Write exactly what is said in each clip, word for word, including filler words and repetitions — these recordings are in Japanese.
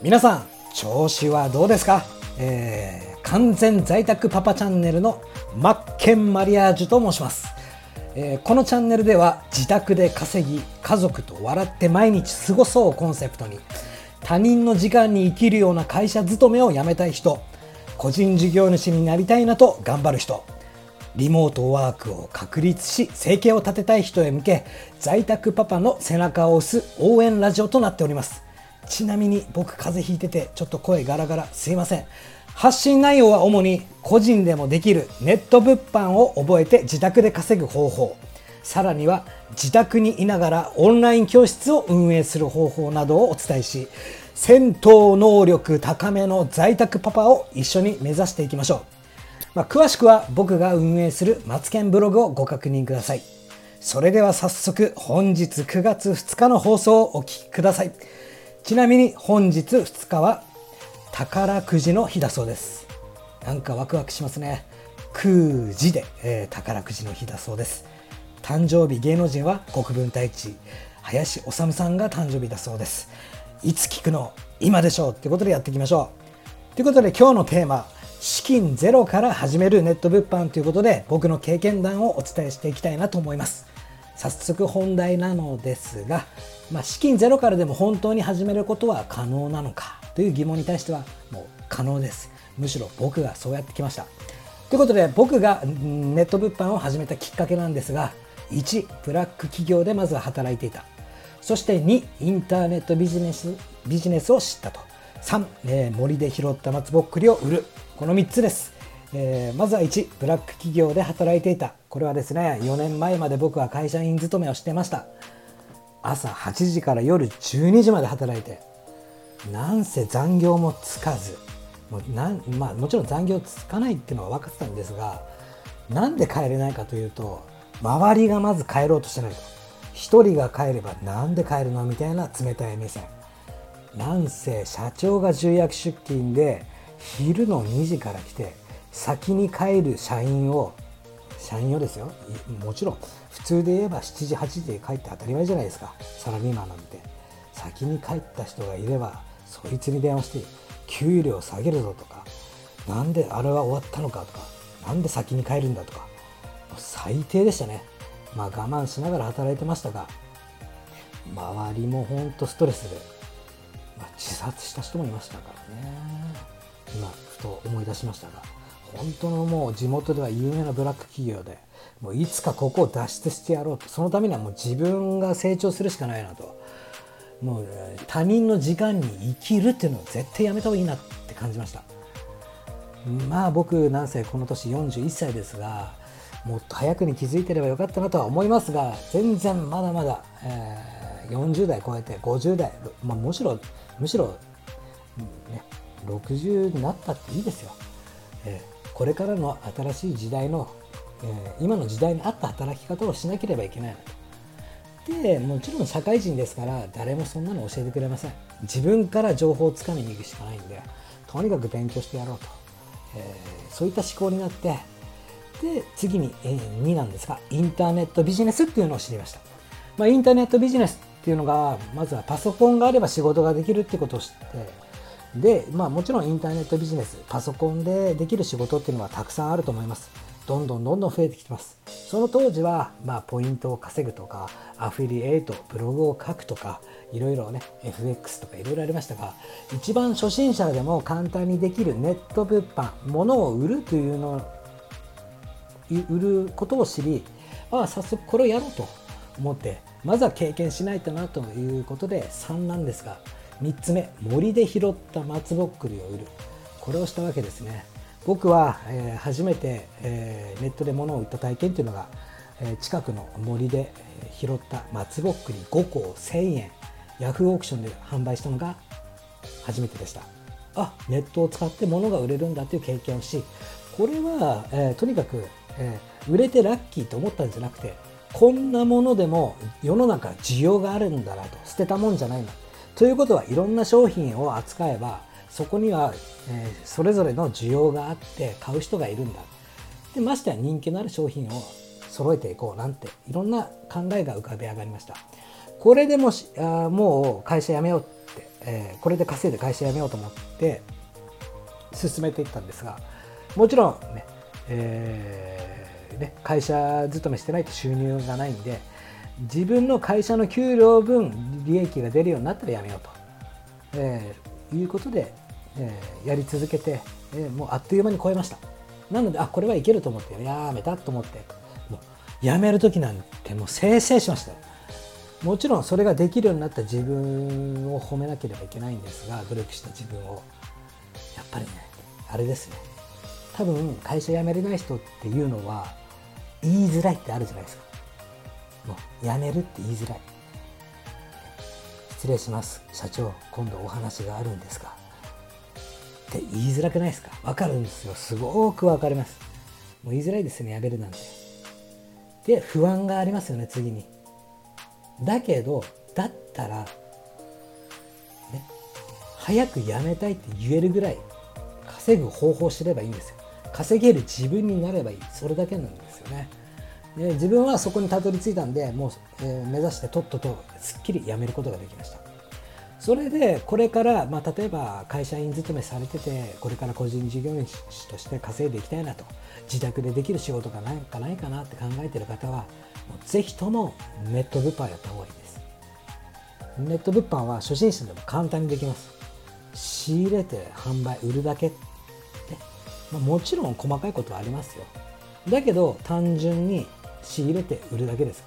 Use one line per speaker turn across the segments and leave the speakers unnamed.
皆さん調子はどうですか？えー、完全在宅パパチャンネルのマッケンマリアージュと申します。えー、このチャンネルでは自宅で稼ぎ家族と笑って毎日過ごそうをコンセプトに、他人の時間に生きるような会社勤めを辞めたい人、個人事業主になりたいなと頑張る人、リモートワークを確立し生計を立てたい人へ向け、在宅パパの背中を押す応援ラジオとなっております。ちなみに僕風邪ひいててちょっと声ガラガラすいません。発信内容は主に個人でもできるネット物販を覚えて自宅で稼ぐ方法、さらには自宅にいながらオンライン教室を運営する方法などをお伝えし、戦闘能力高めの在宅パパを一緒に目指していきましょう。まあ、詳しくは僕が運営するマツケンブログをご確認ください。それでは早速本日くがつふつかの放送をお聞きください。ちなみに本日ふつかは宝くじの日だそうです。なんかワクワクしますね。くじで、えー、宝くじの日だそうです。誕生日芸能人は国分太一、林修さんが誕生日だそうです。いつ聞くの今でしょうということでやっていきましょう。ということで今日のテーマ、資金ゼロから始めるネット物販ということで、僕の経験談をお伝えしていきたいなと思います。早速本題なのですが、まあ、資金ゼロからでも本当に始めることは可能なのかという疑問に対してはもう可能です。むしろ僕がそうやってきました。ということで僕がネット物販を始めたきっかけなんですが、いち、ブラック企業でまずは働いていた。そしてに、インターネットビジネス、ビジネスを知ったと。さん、えー、森で拾った松ぼっくりを売る。このみっつです。えー、まずはいち、ブラック企業で働いていた。これはですね、よねんまえまで僕は会社員勤めをしてました。朝はちじから夜じゅうにじまで働いて、なんせ残業もつかず、もうなん、まあ、もちろん残業つかないっていうのは分かってたんですが、なんで帰れないかというと、周りがまず帰ろうとしてないと。一人が帰ればなんで帰るのみたいな冷たい目線。なんせ社長が重役出勤で昼のにじから来て、先に帰る社員を社員をですよ、もちろん普通で言えばしちじはちじで帰って当たり前じゃないですか。サラリーマンなんて先に帰った人がいればそいつに電話して給料下げるぞとか、なんであれは終わったのかとか、なんで先に帰るんだとか、最低でしたね。まあ我慢しながら働いてましたが、周りもほんとストレスで、まあ、自殺した人もいましたからね。今ふと思い出しましたが、本当のもう地元では有名なブラック企業で、もういつかここを脱出してやろうと、そのためにはもう自分が成長するしかないなと、もう他人の時間に生きるっていうのを絶対やめた方がいいなって感じました。まあ僕なんせこの年よんじゅういっさいですが、もっと早くに気づいてればよかったなとは思いますが、全然まだまだ、えー、よんじゅうだい超えてごじゅうだい、まあ、むしろむしろ、ね、ろくじゅうになったっていいですよ。えーこれからの新しい時代の、えー、今の時代に合った働き方をしなければいけないなと。で、もちろん社会人ですから誰もそんなの教えてくれません。自分から情報をつかみに行くしかないんで、とにかく勉強してやろうと、えー、そういった思考になって、で次に、えー、になんですが、インターネットビジネスっていうのを知りました。まあ、インターネットビジネスっていうのが、まずはパソコンがあれば仕事ができるってことを知って、で、まあもちろんインターネットビジネス、パソコンでできる仕事っていうのはたくさんあると思います。どんどんどんどん増えてきてます。その当時は、まあポイントを稼ぐとか、アフィリエイト、ブログを書くとか、いろいろね、エフエックス とかいろいろありましたが、一番初心者でも簡単にできるネット物販、物を売るというのを、売ることを知り、ああ、早速これをやろうと思って、まずは経験しないとなということでさんなんですが、みっつめ、森で拾った松ぼっくりを売る。これをしたわけですね。僕は、えー、初めて、えー、ネットで物を売った体験というのが、えー、近くの森で拾った松ぼっくりごこをせんえん、ヤフーオークションで販売したのが初めてでした。あ、ネットを使って物が売れるんだという経験をし、これは、えー、とにかく、えー、売れてラッキーと思ったんじゃなくて、こんなものでも世の中需要があるんだなと、捨てたもんじゃないなということは、いろんな商品を扱えばそこには、えー、それぞれの需要があって買う人がいるんだ。でましてや人気のある商品を揃えていこうなんていろんな考えが浮かび上がりました。これでもしあもう会社辞めよう 、えー、これで稼いで会社辞めようと思って進めていったんですが、もちろんね、えー、ね会社勤めしてないと収入がないんで、自分の会社の給料分利益が出るようになったら辞めようと、えー、いうことで、えー、やり続けて、えー、もうあっという間に超えました。なので、あ、これはいけると思ってやめたと思って、もう辞める時なんてもう清々しましたよ。もちろんそれができるようになった自分を褒めなければいけないんですが、努力した自分をやっぱりね、あれですね、多分会社辞めれない人っていうのは言いづらいってあるじゃないですか。もう辞めるって言いづらい。失礼します社長、今度お話があるんですかって言いづらくないですか。わかるんですよ、すごくわかります。もう言いづらいですね、辞めるなんて。で、不安がありますよね、次に。だけど、だったら、ね、早く辞めたいって言えるぐらい稼ぐ方法を知ればいいんですよ。稼げる自分になればいい、それだけなんですよね。で、自分はそこにたどり着いたんで、もう、えー、目指してとっととすっきり辞めることができました。それでこれから、まあ、例えば会社員勤めされてて、これから個人事業主として稼いでいきたいなと、自宅でできる仕事がないかないかなって考えている方は、もうぜひともネット物販やった方がいいです。ネット物販は初心者でも簡単にできます。仕入れて販売、売るだけで、まあ、もちろん細かいことはありますよ。だけど単純に仕入れて売るだけですから。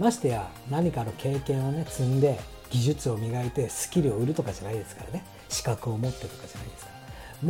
ましてや何かの経験をね積んで、技術を磨いてスキルを売るとかじゃないですからね。資格を持ってとかじゃないですから。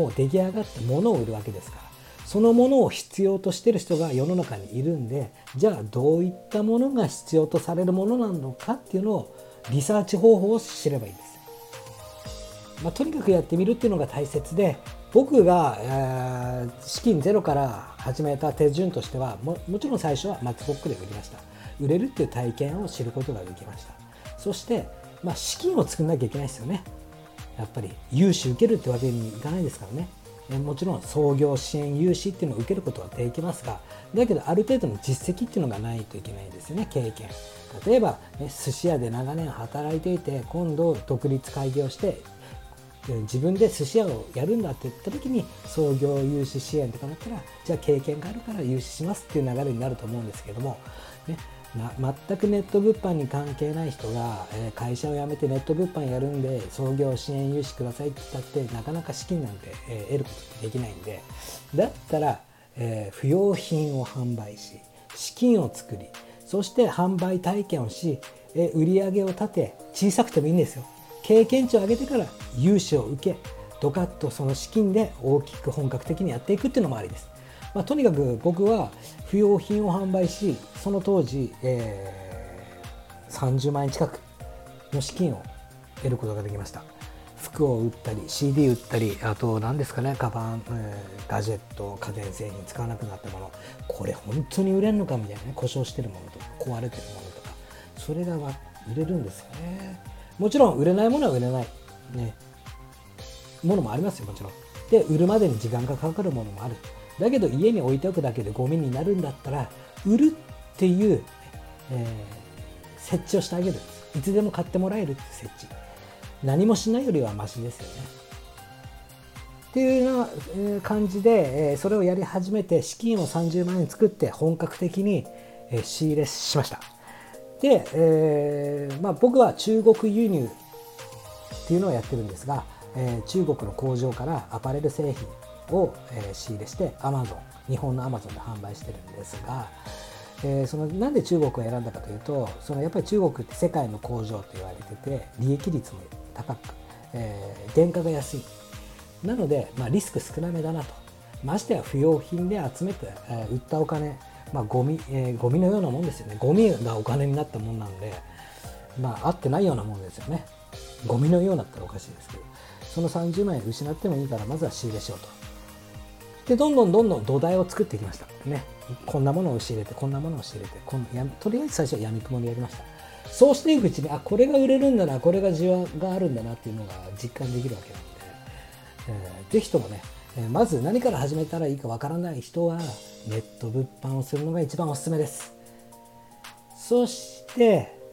もう出来上がったものを売るわけですから。そのものを必要としている人が世の中にいるんで、じゃあどういったものが必要とされるものなのかっていうのをリサーチ方法を知ればいいんですよ。まあ、とにかくやってみるっていうのが大切で、僕が、えー、資金ゼロから始めた手順としては も, もちろん最初はマッチボックで売りました。売れるっていう体験を知ることができました。そして、まあ、資金を作らなきゃいけないですよね。やっぱり融資受けるってわけにいかないですからね。もちろん創業支援融資っていうのを受けることはできますが、だけどある程度の実績っていうのがないといけないんですよね。経験、例えば、ね、寿司屋で長年働いていて、今度独立開業して自分で寿司屋をやるんだって言った時に、創業融資支援とかだったら、じゃあ経験があるから融資しますっていう流れになると思うんですけども、ね、な全くネット物販に関係ない人が、えー、会社を辞めてネット物販やるんで創業支援融資くださいって言ったって、なかなか資金なんて、えー、得ることってできないんで、だったら、えー、不用品を販売し、資金を作り、そして販売体験をし、えー、売り上げを立て、小さくてもいいんですよ。経験値を上げてから融資を受け、ドカッとその資金で大きく本格的にやっていくっていうのもありです。まあ、とにかく僕は不用品を販売し、その当時、えー、さんじゅうまんえん近くの資金を得ることができました。服を売ったり シーディー 売ったり、あと何ですかね、カバン、えー、ガジェット、家電製品、使わなくなったもの、これ本当に売れるのかみたいなね、故障してるものとか壊れてるものとか、それが売れるんですよね。もちろん売れないものは売れない、ね、ものもありますよ、もちろん。で、売るまでに時間がかかるものもある。だけど家に置いておくだけでゴミになるんだったら、売るっていう、えー、設置をしてあげるんです。いつでも買ってもらえるっていう設置。何もしないよりはマシですよね。っていうような感じで、それをやり始めて資金をさんじゅうまんえん作って本格的に仕入れしました。で、えーまあ、僕は中国輸入っていうのをやってるんですが、えー、中国の工場からアパレル製品を、えー、仕入れして Amazon、 日本の Amazon で販売してるんですが、えー、そのなんで中国を選んだかというと、そのやっぱり中国って世界の工場と言われてて、利益率も高く、えー、原価が安い。なので、まあ、リスク少なめだなと。ましてや不用品で集めて、えー、売ったお金、まあ、ゴミ、えー、ゴミのようなもんですよね。ゴミがお金になったもんなんで、まあ合ってないようなもんですよね。ゴミのようになったらおかしいですけど、そのさんじゅうまんえん失ってもいいから、まずは仕入れしようと。で、どんどんどんどん土台を作っていきましたね。こんなものを仕入れて、こんなものを仕入れて、こんやとりあえず最初は闇雲でやりました。そうしていくうちに、あ、これが売れるんだな、これが需要があるんだなっていうのが実感できるわけなんで、えー、ぜひともね、えー、まず何から始めたらいいかわからない人はネット物販をするのが一番おすすめです。そして、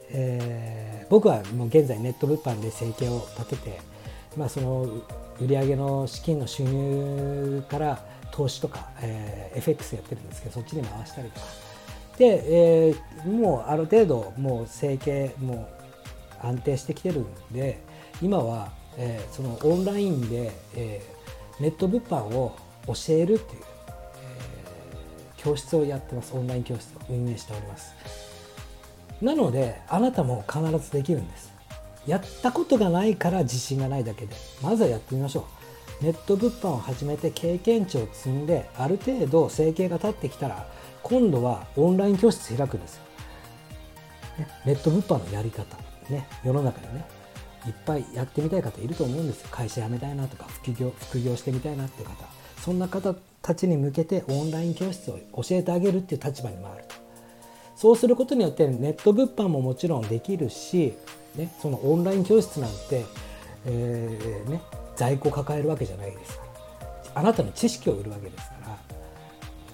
えー、僕はもう現在ネット物販で生計を立てて、まあ、その売上の資金の収入から投資とか、えー、エフエックス やってるんですけど、そっちに回したりとかで、えー、もうある程度もう生計も安定してきてるんで、今は、えー、そのオンラインで、えー、ネット物販を教えるっていう、えー、教室をやってます。オンライン教室を運営しております。なのであなたも必ずできるんです。やったことがないから自信がないだけで、まずはやってみましょう。ネット物販を始めて経験値を積んで、ある程度生計が立ってきたら、今度はオンライン教室開くんですよ。ね、ネット物販のやり方、ね、世の中にねいっぱいやってみたい方いると思うんですよ。会社辞めたいなとか副業副業してみたいなって方、そんな方たちに向けてオンライン教室を教えてあげるっていう立場に回ると。そうすることによってネット物販ももちろんできるし、ね、そのオンライン教室なんて、えーね、在庫抱えるわけじゃないですから、あなたの知識を売るわけですから、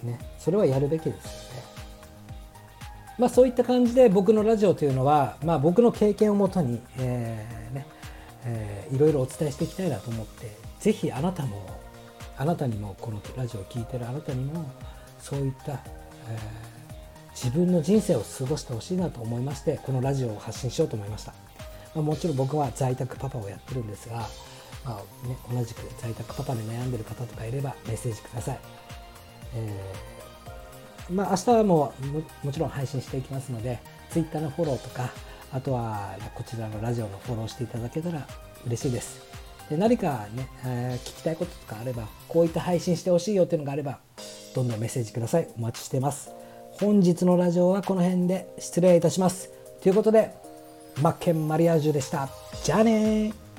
ね、それはやるべきですよね。まあ、そういった感じで僕のラジオというのは、まあ、僕の経験をもとに、えーねえー、いろいろお伝えしていきたいなと思って、ぜひあなたもあなたにもこのラジオを聞いてるあなたにもそういった、えー、自分の人生を過ごしてほしいなと思いまして、このラジオを発信しようと思いました。まあ、もちろん僕は在宅パパをやってるんですが、まあね、同じく在宅パパで悩んでる方とかいればメッセージください。えーまあ、明日はもう も, もちろん配信していきますので、ツイッターのフォローとか、あとはこちらのラジオのフォローしていただけたら嬉しいです。で何かね、えー、聞きたいこととかあれば、こういった配信してほしいよっていうのがあれば、どんどんメッセージください。お待ちしてます。本日のラジオはこの辺で失礼いたします。ということで、マッケンマリアージュでした。じゃあねー。